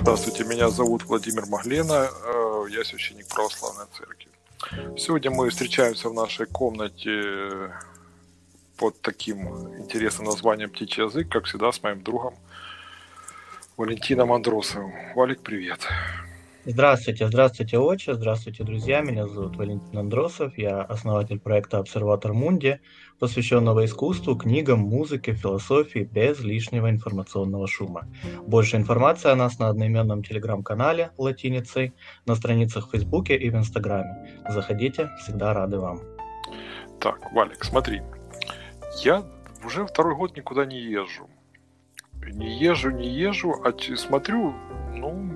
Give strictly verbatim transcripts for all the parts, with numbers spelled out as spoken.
Здравствуйте, меня зовут Владимир Маглена, я священник православной церкви. Сегодня мы встречаемся в нашей комнате под таким интересным названием «Птичий язык», как всегда, с моим другом Валентином Андросовым. Валик, привет. Здравствуйте, здравствуйте, отче, здравствуйте, друзья. Меня зовут Валентин Андросов, я основатель проекта «Обсерватор Мунди», посвященного искусству, книгам, музыке, философии без лишнего информационного шума. Больше информации о нас на одноименном телеграм-канале латиницей, на страницах в Фейсбуке и в Инстаграме. Заходите, всегда рады вам. Так, Валик, смотри, я уже второй год никуда не езжу. Не езжу, не езжу, а смотрю, ну...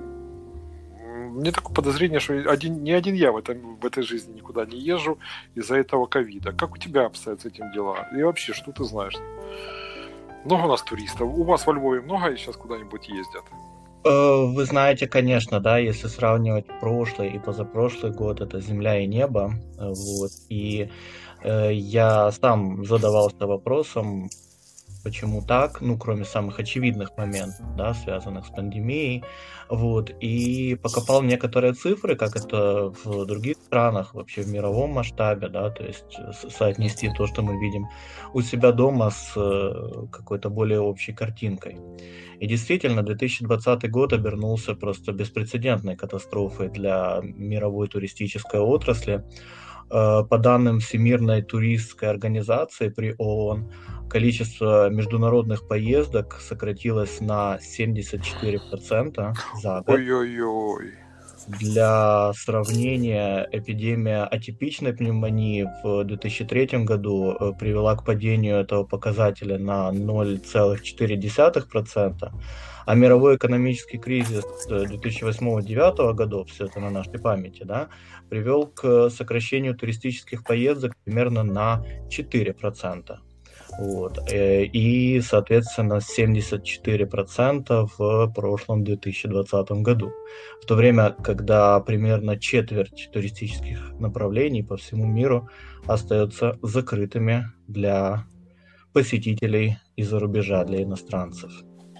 Мне такое подозрение, что один, не один я в, этом, в этой жизни никуда не езжу из-за этого ковида. Как у тебя обстоят с этим дела? И вообще, что ты знаешь? Много у нас туристов. У вас во Львове много сейчас куда-нибудь ездят? Вы знаете, конечно, да, если сравнивать прошлый и позапрошлый год, это земля и небо. Вот. И э, я сам задавался вопросом, почему так, ну, кроме самых очевидных моментов, да, связанных с пандемией, вот, и покопал некоторые цифры, как это в других странах, вообще в мировом масштабе, да, то есть соотнести то, что мы видим у себя дома с какой-то более общей картинкой. И действительно, две тысячи двадцатый год обернулся просто беспрецедентной катастрофой для мировой туристической отрасли. По данным Всемирной туристской организации при ООН, количество международных поездок сократилось на семьдесят четыре процента за год. Ой-ой-ой. Для сравнения, эпидемия атипичной пневмонии в две тысячи третьем году привела к падению этого показателя на ноль целых четыре десятых процента, а мировой экономический кризис две тысячи восьмого — две тысячи девятого годов, все это на нашей памяти, да, привел к сокращению туристических поездок примерно на четыре процента. Вот. И, соответственно, семьдесят четыре процента в прошлом две тысячи двадцатом году. В то время, когда примерно четверть туристических направлений по всему миру остается закрытыми для посетителей из-за рубежа, для иностранцев.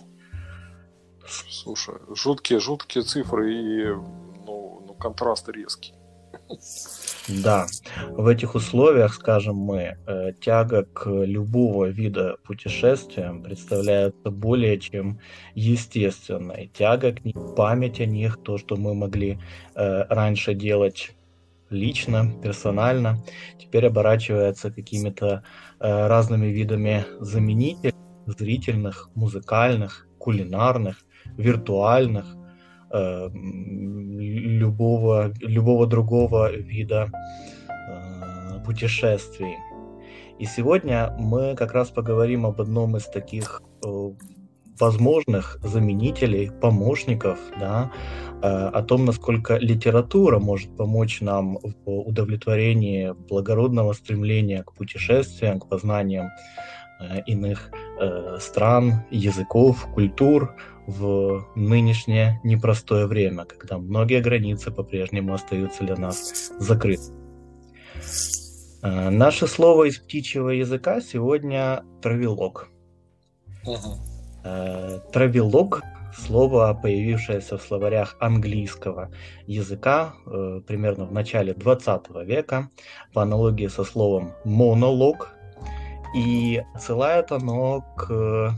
Слушай, жуткие, жуткие цифры и ну, ну, контраст резкий. Да, в этих условиях, скажем мы, тяга к любого вида путешествия представляется более чем естественной. Тяга к них, память о них, то, что мы могли э, раньше делать лично, персонально, теперь оборачивается какими-то э, разными видами заменителей, зрительных, музыкальных, кулинарных, виртуальных, любого, любого другого вида э, путешествий. И сегодня мы как раз поговорим об одном из таких э, возможных заменителей, помощников, да, э, о том, насколько литература может помочь нам в удовлетворении благородного стремления к путешествиям, к познаниям э, иных э, стран, языков, культур, в нынешнее непростое время, когда многие границы по-прежнему остаются для нас закрыты. Наше слово из птичьего языка сегодня травелог. Uh-huh. Травелог — слово, появившееся в словарях английского языка примерно в начале двадцатого века, по аналогии со словом монолог, и отсылает оно к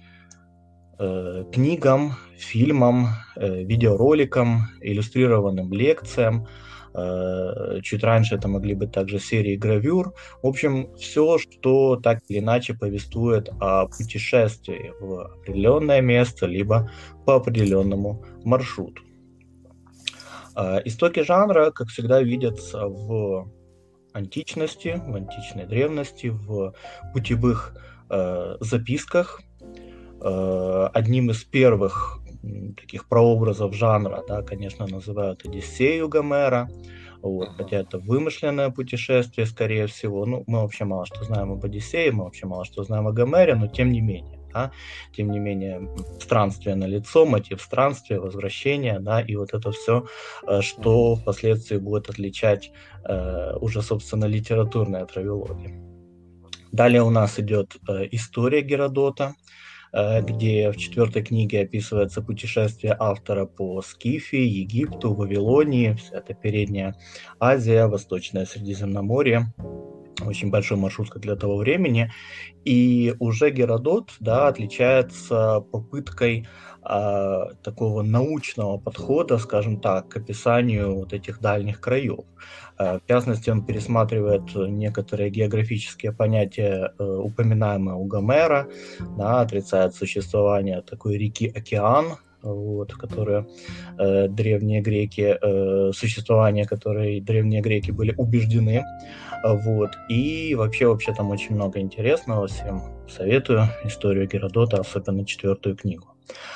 книгам, фильмам, видеороликам, иллюстрированным лекциям. Чуть раньше это могли быть также серии гравюр. В общем, все, что так или иначе повествует о путешествии в определенное место, либо по определенному маршруту. Истоки жанра, как всегда, видятся в античности, в античной древности, в путевых записках. Одним из первых таких прообразов жанра, да, конечно, называют Одиссею Гомера, вот, хотя это вымышленное путешествие, скорее всего. Ну, мы вообще мало что знаем об Одиссее, мы вообще мало что знаем о Гомере, но тем не менее, да, тем не менее, странствие налицо, мотив странствия, возвращение, да, и вот это все, что впоследствии будет отличать э, уже, собственно, литературные травелоги. Далее у нас идет э, история Геродота, где в четвертой книге описывается путешествие автора по Скифии, Египту, Вавилонии, вся эта передняя Азия, Восточное Средиземноморье. Очень большой маршрут как для того времени. И уже Геродот, да, отличается попыткой э, такого научного подхода, скажем так, к описанию вот этих дальних краев. Э, в частности, он пересматривает некоторые географические понятия, э, упоминаемые у Гомера, да, отрицает существование такой реки Океан, вот, которые э, древние греки, э, существование которой древние греки были убеждены. Вот. И вообще, вообще там очень много интересного. Всем советую историю Геродота, особенно четвертую книгу.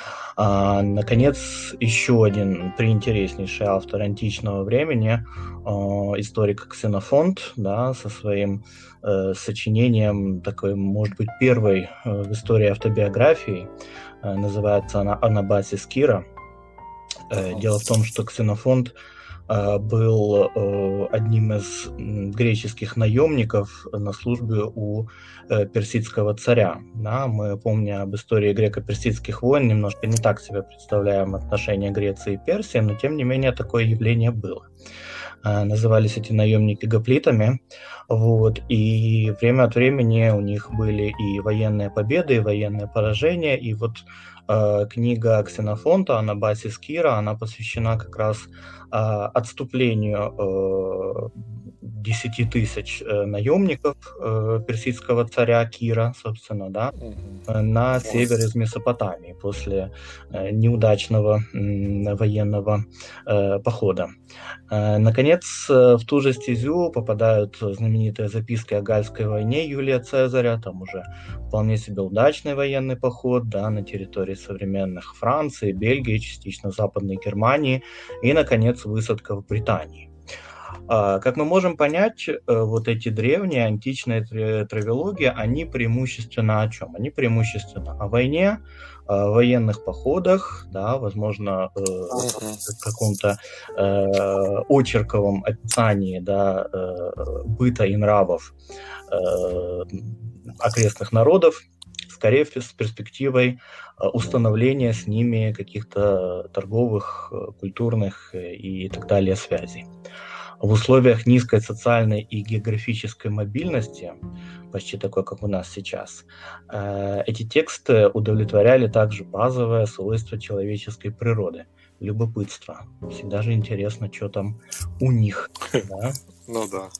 А, наконец, еще один приинтереснейший автор античного времени, э, историк Ксенофонт, да, со своим э, сочинением, такой, может быть, первой э, в истории автобиографии. Э, называется она «Анабасис Кира». Э, дело в том, что Ксенофонт был одним из греческих наемников на службе у персидского царя. Да, мы, помня об истории греко-персидских войн, немножко не так себе представляем отношения Греции и Персии, но тем не менее такое явление было. Назывались эти наемники гоплитами, вот, и время от времени у них были и военные победы, и военные поражения, и вот э, книга Ксенофонта «Анабасис Кира», она посвящена как раз э, отступлению э, десяти тысяч э, наемников э, персидского царя Кира, собственно, да, э, на север из Месопотамии после э, неудачного э, военного э, похода. Э, наконец, э, в ту же стезю попадают знаменитые записки о Гальской войне Юлия Цезаря, там уже вполне себе удачный военный поход, да, на территории современных Франции, Бельгии, частично Западной Германии, и, наконец, высадка в Британии. Как мы можем понять, вот эти древние античные травелоги, они преимущественно о чем? Они преимущественно о войне, о военных походах, да, возможно, в каком-то э, очерковом описании, да, э, быта и нравов э, окрестных народов, скорее с перспективой установления с ними каких-то торговых, культурных и так далее связей. В условиях низкой социальной и географической мобильности, почти такой, как у нас сейчас, эти тексты удовлетворяли также базовое свойство человеческой природы – любопытство. Всегда же интересно, что там у них. Да? Ну да.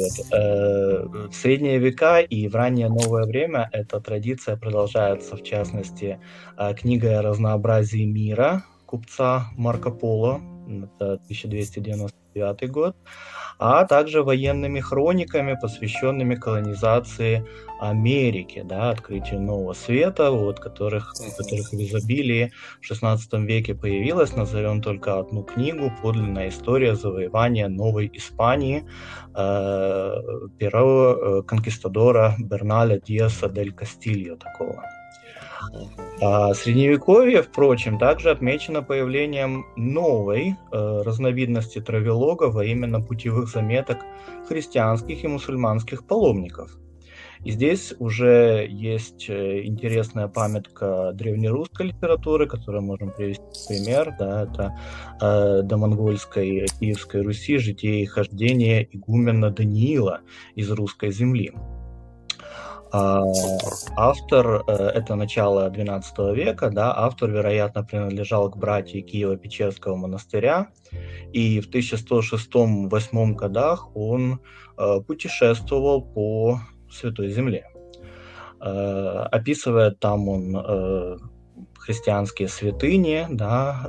Вот. В средние века и в раннее новое время эта традиция продолжается, в частности, книгой о разнообразии мира купца Марко Поло, это тысяча двести девяносто девятый год, а также военными хрониками, посвященными колонизации Америки, да, открытию нового света, вот, которых, которых в изобилии в шестнадцатом веке появилась. Назовем только одну книгу «Подлинная история завоевания Новой Испании» э, перо э, конкистадора Берналя Диаса дель Кастильо такого. А Средневековье, впрочем, также отмечено появлением новой э, разновидности травелога во именно путевых заметок христианских и мусульманских паломников. И здесь уже есть интересная памятка древнерусской литературы, которую можем привести в пример. Да, это э, домонгольской Киевской Руси «Житие и хождение игумена Даниила из русской земли». Автор, это начало двенадцатого века, да, автор, вероятно, принадлежал к братьям Киево-Печерского монастыря, и в тысяча сто шестом — восьмом годах он путешествовал по Святой Земле. Описывает там он христианские святыни, да,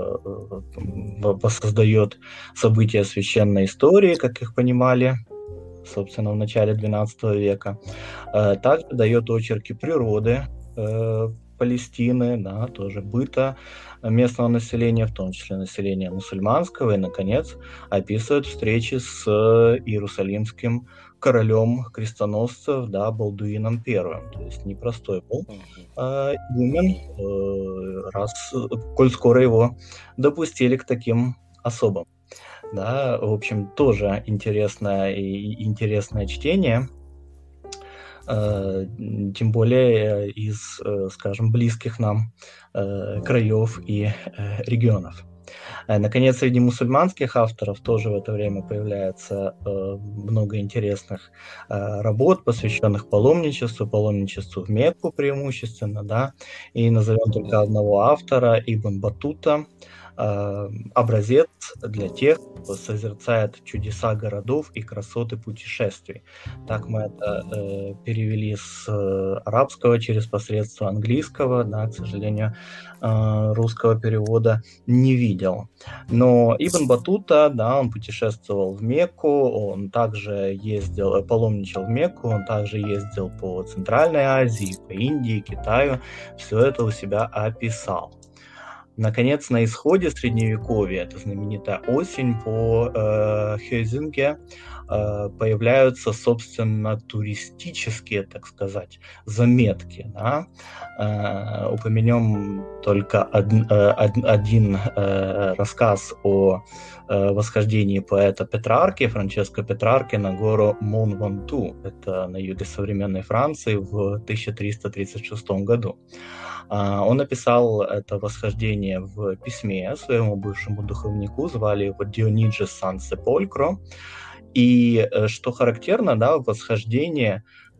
воссоздает события священной истории, как их понимали, собственно, в начале двенадцатого века. Также дает очерки природы э, Палестины, да, тоже быта местного населения, в том числе населения мусульманского, и, наконец, описывает встречи с иерусалимским королем крестоносцев, да, Балдуином Первым. То есть непростой был э, игумен, э, раз, коль скоро его допустили к таким особам. Да, в общем, тоже интересное и интересное чтение. э, тем более из, э, скажем, близких нам э, краев и э, регионов. Наконец, среди мусульманских авторов тоже в это время появляется э, много интересных э, работ, посвященных паломничеству, паломничеству в Мекку преимущественно, да, и назовем только одного автора, Ибн Батута, э, образец для тех, кто созерцает чудеса городов и красоты путешествий. Так мы это э, перевели с э, арабского через посредство английского, да, к сожалению, э, русского перевода не видел. Но Ибн Батута, да, он путешествовал в Мекку, он также ездил, паломничал в Мекку, он также ездил по Центральной Азии, по Индии, Китаю, все это у себя описал. Наконец, на исходе Средневековья, это знаменитая осень по э, Хёйзинге, э, появляются, собственно, туристические, так сказать, заметки. Да? Э, упомянем только од, э, од, один э, рассказ о э, восхождении поэта Петрарки, Франческо Петрарки, на гору Мон-Ванту, это на юге современной Франции, в тысяча триста тридцать шестом году. Он написал это восхождение в письме своему бывшему духовнику, звали его Диониджес Сан-Сеполькро. И что характерно, да, восхождение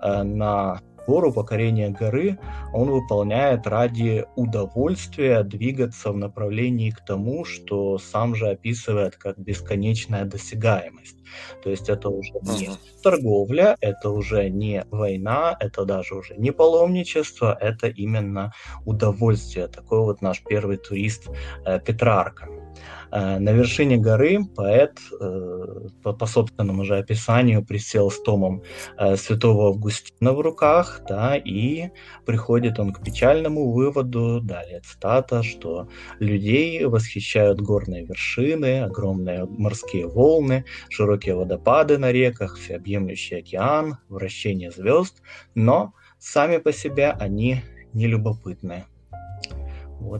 на гору, покорение горы, он выполняет ради удовольствия двигаться в направлении к тому, что сам же описывает как бесконечная досягаемость. То есть это уже не торговля, это уже не война, это даже уже не паломничество, это именно удовольствие. Такой вот наш первый турист э, Петрарка. Э, на вершине горы поэт, э, по, по собственному же описанию, присел с томом э, святого Августина в руках, да, и приходит он к печальному выводу, далее цитата, что людей восхищают горные вершины, огромные морские волны, широкие водопады на реках, всеобъемлющий океан, вращение звезд, но сами по себе они не любопытны. Вот,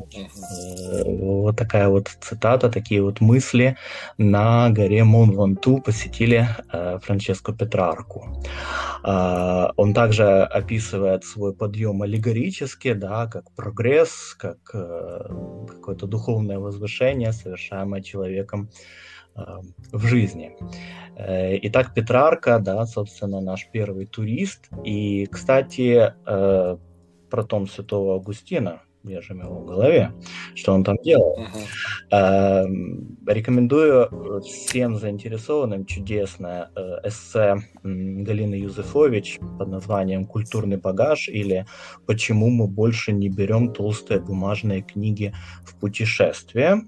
э, вот такая вот цитата, такие вот мысли на горе Мон-Ванту посетили э, Франческо Петрарку. Э, он также описывает свой подъем аллегорически, да, как прогресс, как э, какое-то духовное возвышение, совершаемое человеком в жизни. Итак, Петрарка, да, собственно, наш первый турист. И, кстати, про том святого Августина, держим его в голове, что он там делал. Uh-huh. Рекомендую всем заинтересованным чудесное эссе Галины Юзефович под названием «Культурный багаж» или «Почему мы больше не берем толстые бумажные книги в путешествие».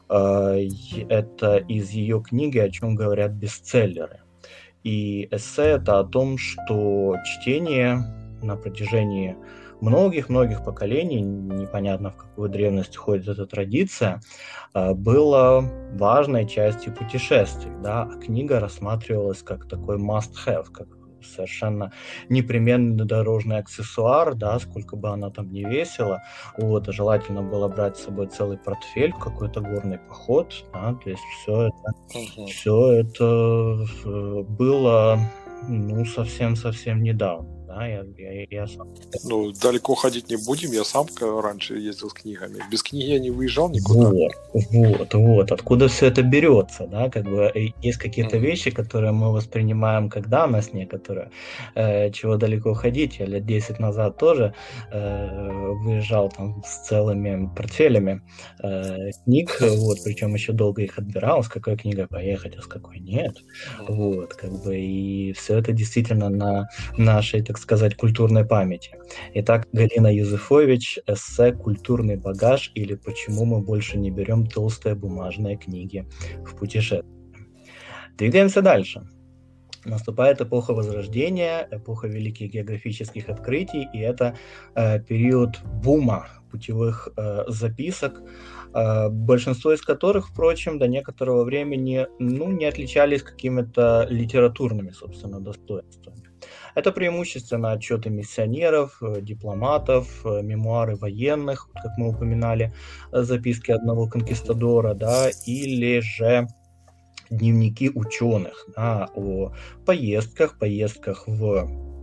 Это из ее книги «О чем говорят бестселлеры». И эссе это о том, что чтение на протяжении многих-многих поколений, непонятно в какую древность входит эта традиция, было важной частью путешествий. Да? А книга рассматривалась как такой must-have, как совершенно непременный дорожный аксессуар, да, сколько бы она там ни весила. Вот, и желательно было брать с собой целый портфель в какой-то горный поход, да, то есть все это, uh-huh. все это было, ну, совсем-совсем недавно. Да, я, я, я сам... Ну, далеко ходить не будем. Я сам раньше ездил с книгами. Без книги я не выезжал никуда. Вот, вот, вот. Откуда все это берется, да? Как бы есть какие-то mm-hmm. вещи, которые мы воспринимаем как данность некоторые. Э, чего далеко ходить. Я лет десять назад тоже э, выезжал там с целыми портфелями э, книг, вот, причем еще долго их отбирал, с какой книгой поехать, а с какой нет. Mm-hmm. Вот, как бы, и все это действительно на нашей, так сказать, культурной памяти. Итак, Галина Юзефович, эссе «Культурный багаж» или «Почему мы больше не берем толстые бумажные книги в путешествии». Двигаемся дальше. Наступает эпоха Возрождения, эпоха великих географических открытий, и это э, период бума путевых э, записок, э, большинство из которых, впрочем, до некоторого времени ну, не отличались какими-то литературными, собственно, достоинствами. Это преимущественно отчеты миссионеров, дипломатов, мемуары военных, как мы упоминали, записки одного конкистадора, да, или же дневники ученых, да, о поездках, поездках в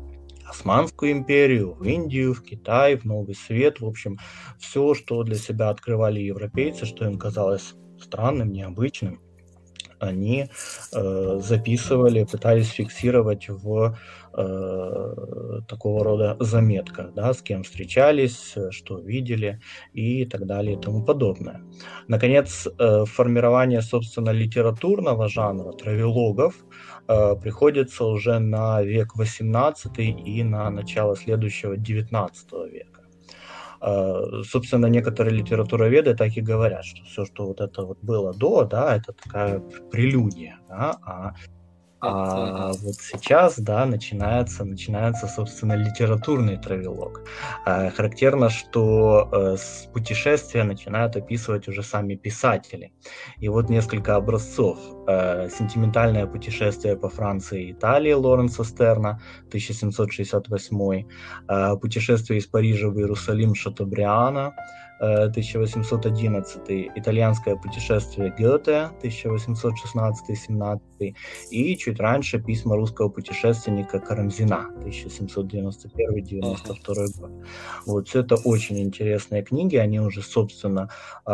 Османскую империю, в Индию, в Китай, в Новый Свет. В общем, все, что для себя открывали европейцы, что им казалось странным, необычным, они э, записывали, пытались фиксировать в э, такого рода заметках, да, с кем встречались, что видели и так далее и тому подобное. Наконец, э, формирование, собственно, литературного жанра, травелогов, э, приходится уже на век восемнадцатый и на начало следующего девятнадцатого века. Uh, собственно, некоторые литературоведы так и говорят, что все, что вот это вот было до, да, это такая прелюдия, да, а, а вот сейчас, да, начинается, начинается, собственно, литературный травелог. Uh, характерно, что uh, с путешествия начинают описывать уже сами писатели. И вот несколько образцов. Uh, «Сентиментальное путешествие по Франции и Италии» Лоренса Стерна, тысяча семьсот шестьдесят восьмой, uh, «Путешествие из Парижа в Иерусалим» Шатобриана, тысяча восемьсот одиннадцатый, «Итальянское путешествие» Гёте, тысяча восемьсот шестнадцатый-семнадцатый, и чуть раньше «Письма русского путешественника Карамзина», тысяча семьсот девяносто первый — девяносто второй год. Вот, все это очень интересные книги, они уже, собственно,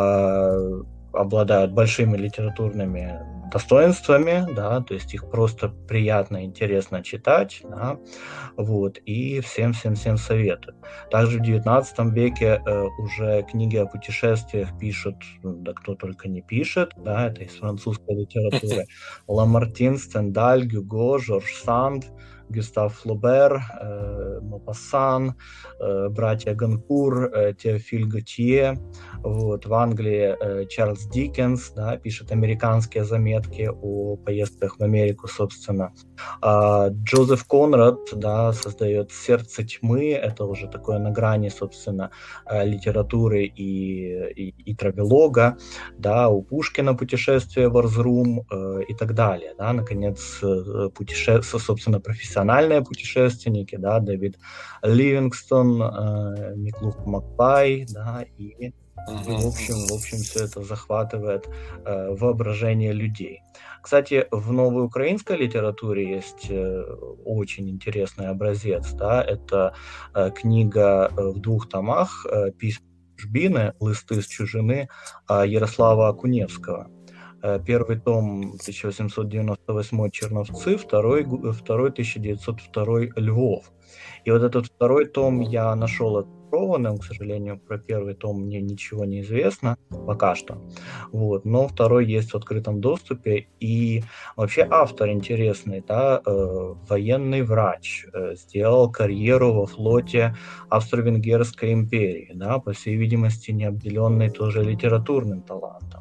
э- обладают большими литературными достоинствами, да, то есть их просто приятно, интересно читать, да, вот, и всем-всем-всем советую. Также в девятнадцатом веке э, уже книги о путешествиях пишут, да кто только не пишет, да, это из французской литературы, Ламартин, Стендаль, Гюго, Жорж Санд, Гюстав Флобер, э, Мопассан, э, братья Ганкур, э, Теофиль Готье. Вот, в Англии э, Чарльз Диккенс, да, пишет американские заметки о поездках в Америку, собственно. А Джозеф Конрад, да, создает «Сердце тьмы», это уже такое на грани, собственно, э, литературы и, и, и травелога. Да, у Пушкина «Путешествие в Арзрум» э, и так далее. Да. Наконец, э, путеше... собственно, профессиональные путешественники, да, Дэвид Ливингстон, э, Миклух Макпай, да, и И, в общем, в общем, все это захватывает э, воображение людей. Кстати, в новой украинской литературе есть э, очень интересный образец. Да? Это э, книга э, в двух томах э, «Письма чужбины», «Листы с чужины» э, Ярослава Акуневского. Э, первый том тысяча восемьсот девяносто восьмой Черновцы, второй, второй тысяча девятьсот второй Львов. И вот этот второй том я нашел опубликованным, к сожалению, про первый том мне ничего не известно пока что, вот, но второй есть в открытом доступе, и вообще автор интересный, да, э, военный врач, э, сделал карьеру во флоте Австро-Венгерской империи, да, по всей видимости, не обделенный тоже литературным талантом.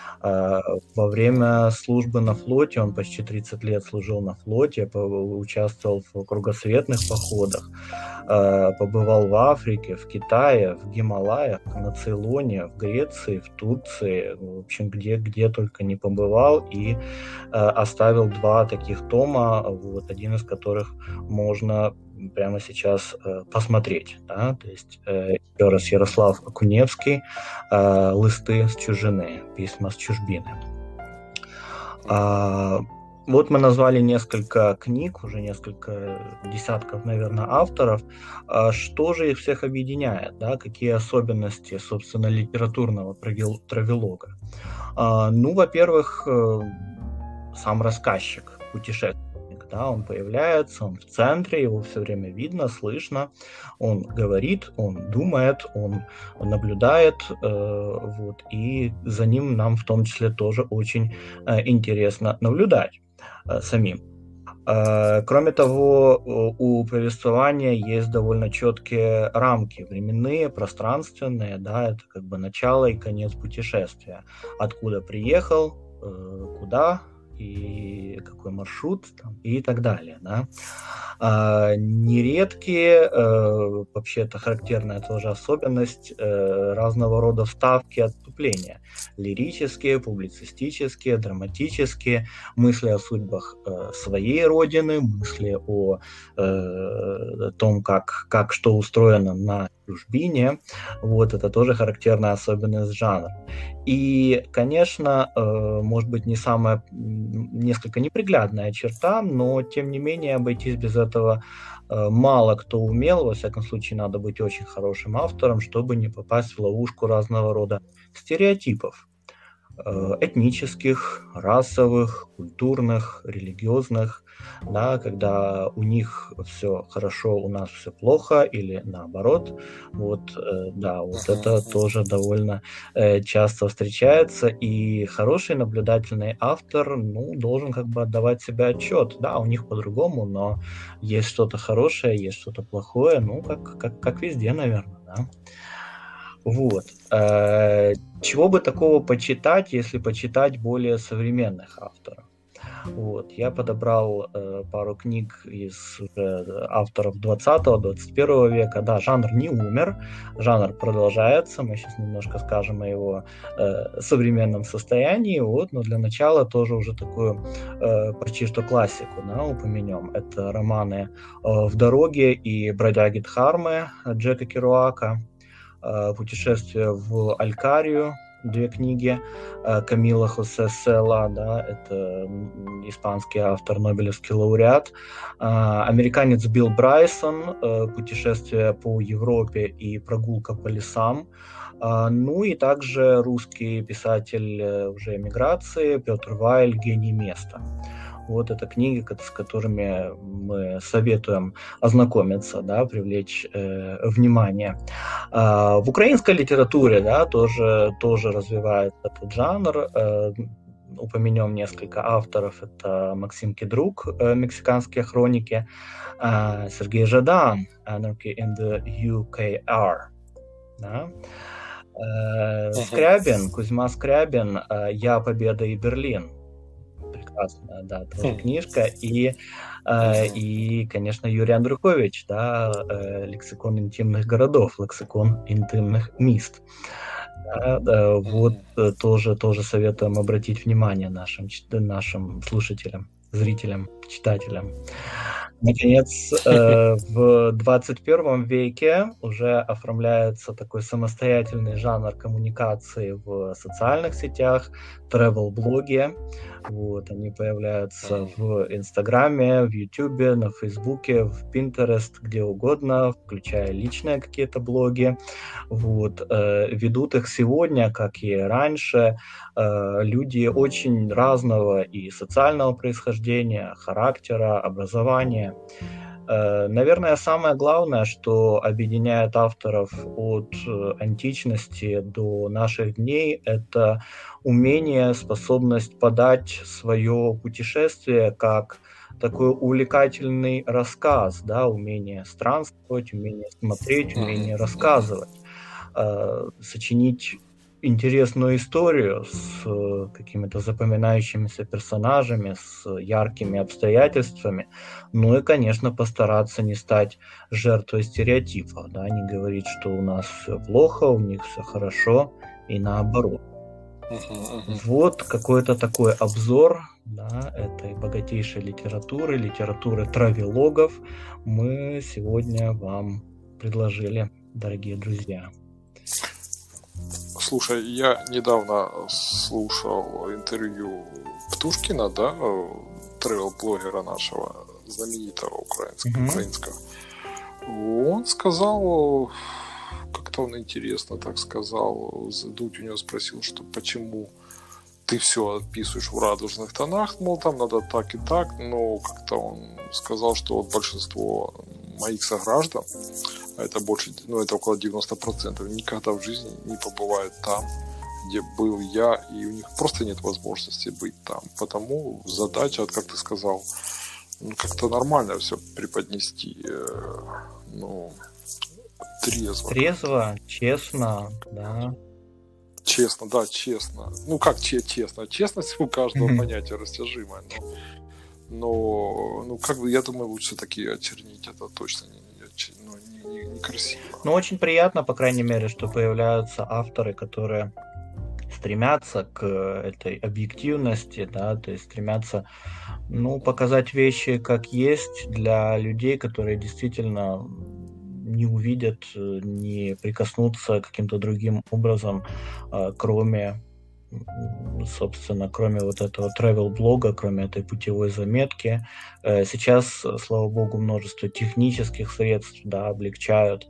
Во время службы на флоте, он почти тридцать лет служил на флоте, участвовал в кругосветных походах, побывал в Африке, в Китае, в Гималаях, на Цейлоне, в Греции, в Турции, в общем, где, где только не побывал, и оставил два таких тома, вот, один из которых можно прямо сейчас э, посмотреть, да, то есть э, еще раз Ярослав Акуневский, э, «Листы с чужины», «Письма с чужбины». А, вот мы назвали несколько книг, уже несколько десятков, наверное, авторов. А что же их всех объединяет, да, какие особенности, собственно, литературного травелога? А, ну, во-первых, э, сам рассказчик, путешественник. Да, он появляется, он в центре, его все время видно, слышно, он говорит, он думает, он наблюдает, э, вот, и за ним нам в том числе тоже очень э, интересно наблюдать э, самим. Э, кроме того, у повествования есть довольно четкие рамки, временные, пространственные, да, это как бы начало и конец путешествия, откуда приехал, э, куда, и какой маршрут там, и так далее. Да. А, нередкие, э, вообще это характерная тоже особенность, э, разного рода вставки, отступления. Лирические, публицистические, драматические, мысли о судьбах э, своей родины, мысли о э, том, как, как что устроено на чужбине. Вот, это тоже характерная особенность жанра. И, конечно, э, может быть, не самая, м, несколько неприглядная черта, но, тем не менее, обойтись без этого э, мало кто умел. Во всяком случае, надо быть очень хорошим автором, чтобы не попасть в ловушку разного рода стереотипов. э, Этнических, расовых, культурных, религиозных, да, когда у них все хорошо, у нас все плохо, или наоборот. Вот, э, да, вот это тоже довольно э, часто встречается, и хороший наблюдательный автор, ну, должен как бы отдавать себе отчет. Да, у них по-другому, но есть что-то хорошее, есть что-то плохое, ну, как, как, как везде, наверное, да. Вот. Э, Чего бы такого почитать, если почитать более современных авторов? Вот. Я подобрал э, пару книг из уже авторов двадцатого-двадцать первого века. Да, жанр не умер, жанр продолжается. Мы сейчас немножко скажем о его э, современном состоянии. Вот. Но для начала тоже уже такую э, почти что классику, да, упомянем. Это романы э, «В дороге» и «Бродяги Дхармы» Джека Керуака. «Путешествие в Алькарию», две книги Камила Хосе Села, да, это испанский автор, нобелевский лауреат. Американец Билл Брайсон, «Путешествие по Европе» и «Прогулка по лесам». Ну и также русский писатель уже эмиграции Петр Вайль «Гений места». Вот это книги, с которыми мы советуем ознакомиться, да, привлечь э, внимание. А, в украинской литературе, да, тоже, тоже развивается этот жанр. Э, упомянем несколько авторов. Это Максим Кедрук, э, «Мексиканские хроники», э, Сергей Жадан, «Anarchy in the ю кей ар». Да. Э, Скрябин, Кузьма Скрябин, э, «Я, Победа и Берлин». Прекрасная, да, тоже mm. книжка. И, э, и, конечно, Юрий Андрухович, да, э, «Лексикон интимных городов», «Лексикон интимных мест». Да, да, вот mm. тоже, тоже советуем обратить внимание нашим, нашим слушателям, зрителям, читателям. Наконец, э, в двадцать первом веке уже оформляется такой самостоятельный жанр коммуникации в социальных сетях, travel-блоги. Вот, они появляются в Инстаграме, в Ютубе, на Фейсбуке, в Pinterest, где угодно, включая личные какие-то блоги. Вот, э, ведут их сегодня, как и раньше, э, люди очень разного и социального происхождения, характера, образования. Наверное, самое главное, что объединяет авторов от античности до наших дней, это умение, способность подать свое путешествие как такой увлекательный рассказ, да, умение странствовать, умение смотреть, умение рассказывать, сочинить интересную историю с какими-то запоминающимися персонажами, с яркими обстоятельствами, ну и, конечно, постараться не стать жертвой стереотипов, да, не говорить, что у нас все плохо, у них все хорошо, и наоборот. Uh-huh, uh-huh. Вот какой-то такой обзор, да, этой богатейшей литературы, литературы травелогов мы сегодня вам предложили, дорогие друзья. Слушай, я недавно слушал интервью Птушкина, да, тревел-блогера нашего, знаменитого украинского, mm-hmm. украинского. Он сказал, как-то он интересно так сказал, Дудь у него спросил, что почему ты все описываешь в радужных тонах, мол, там надо так и так, но как-то он сказал, что вот большинство моих сограждан, а это больше, ну это около девяносто процентов, никогда в жизни не побывают там, где был я, и у них просто нет возможности быть там. Потому задача, как ты сказал, ну, как-то нормально все преподнести, ну, трезво. Трезво, честно, да. Честно, да, честно. Ну, как честно? Честность у каждого mm-hmm. понятия растяжимое. Но, но, ну, как бы, я думаю, лучше такие очернить это точно не, ну, не, не, не красиво. Ну, очень приятно, по крайней мере, что появляются авторы, которые стремятся к этой объективности, да, то есть стремятся, ну, показать вещи как есть для людей, которые действительно не увидят, не прикоснутся каким-то другим образом, кроме, собственно, кроме вот этого travel-блога, кроме этой путевой заметки. Сейчас, слава богу, множество технических средств, да, облегчают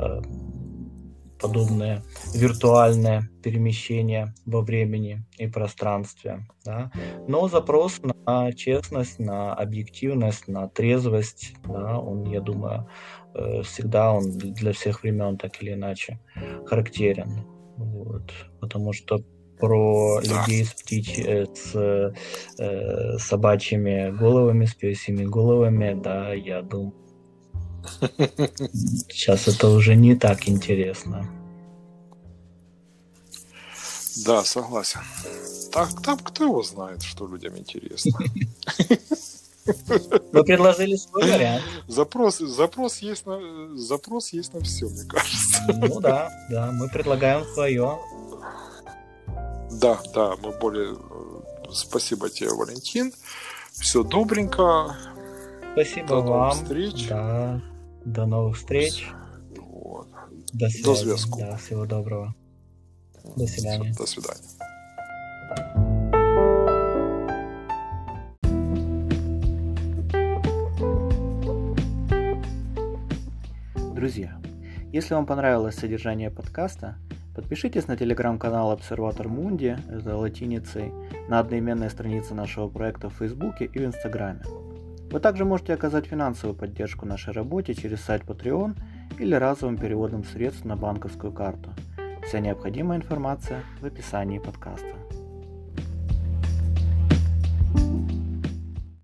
подобные виртуальные перемещения во времени и пространстве. Да. Но запрос на честность, на объективность, на трезвость, да, он, я думаю, всегда он для всех времен так или иначе характерен. Вот. Потому что про Да. людей с, птичь... с э, собачьими головами, с пёсьими головами, да, я думаю, сейчас это уже не так интересно. Да, согласен. Так, там кто его знает, что людям интересно. Вы предложили свой вариант. Запрос, запрос, есть на, запрос есть на все, мне кажется. Ну да, да, мы предлагаем свое. Да, да, мы более... Спасибо тебе, Валентин. Все добренько. Спасибо до вам. До новых встреч. Да, до новых встреч. Вот. До связи. До зв'язку. Да, всего доброго. До свидания. До свидания. Друзья, если вам понравилось содержание подкаста, подпишитесь на телеграм-канал Observator Mundi, это латиницей, на одноименной странице нашего проекта в Фейсбуке и в Инстаграме. Вы также можете оказать финансовую поддержку нашей работе через сайт Patreon или разовым переводом средств на банковскую карту. Вся необходимая информация в описании подкаста.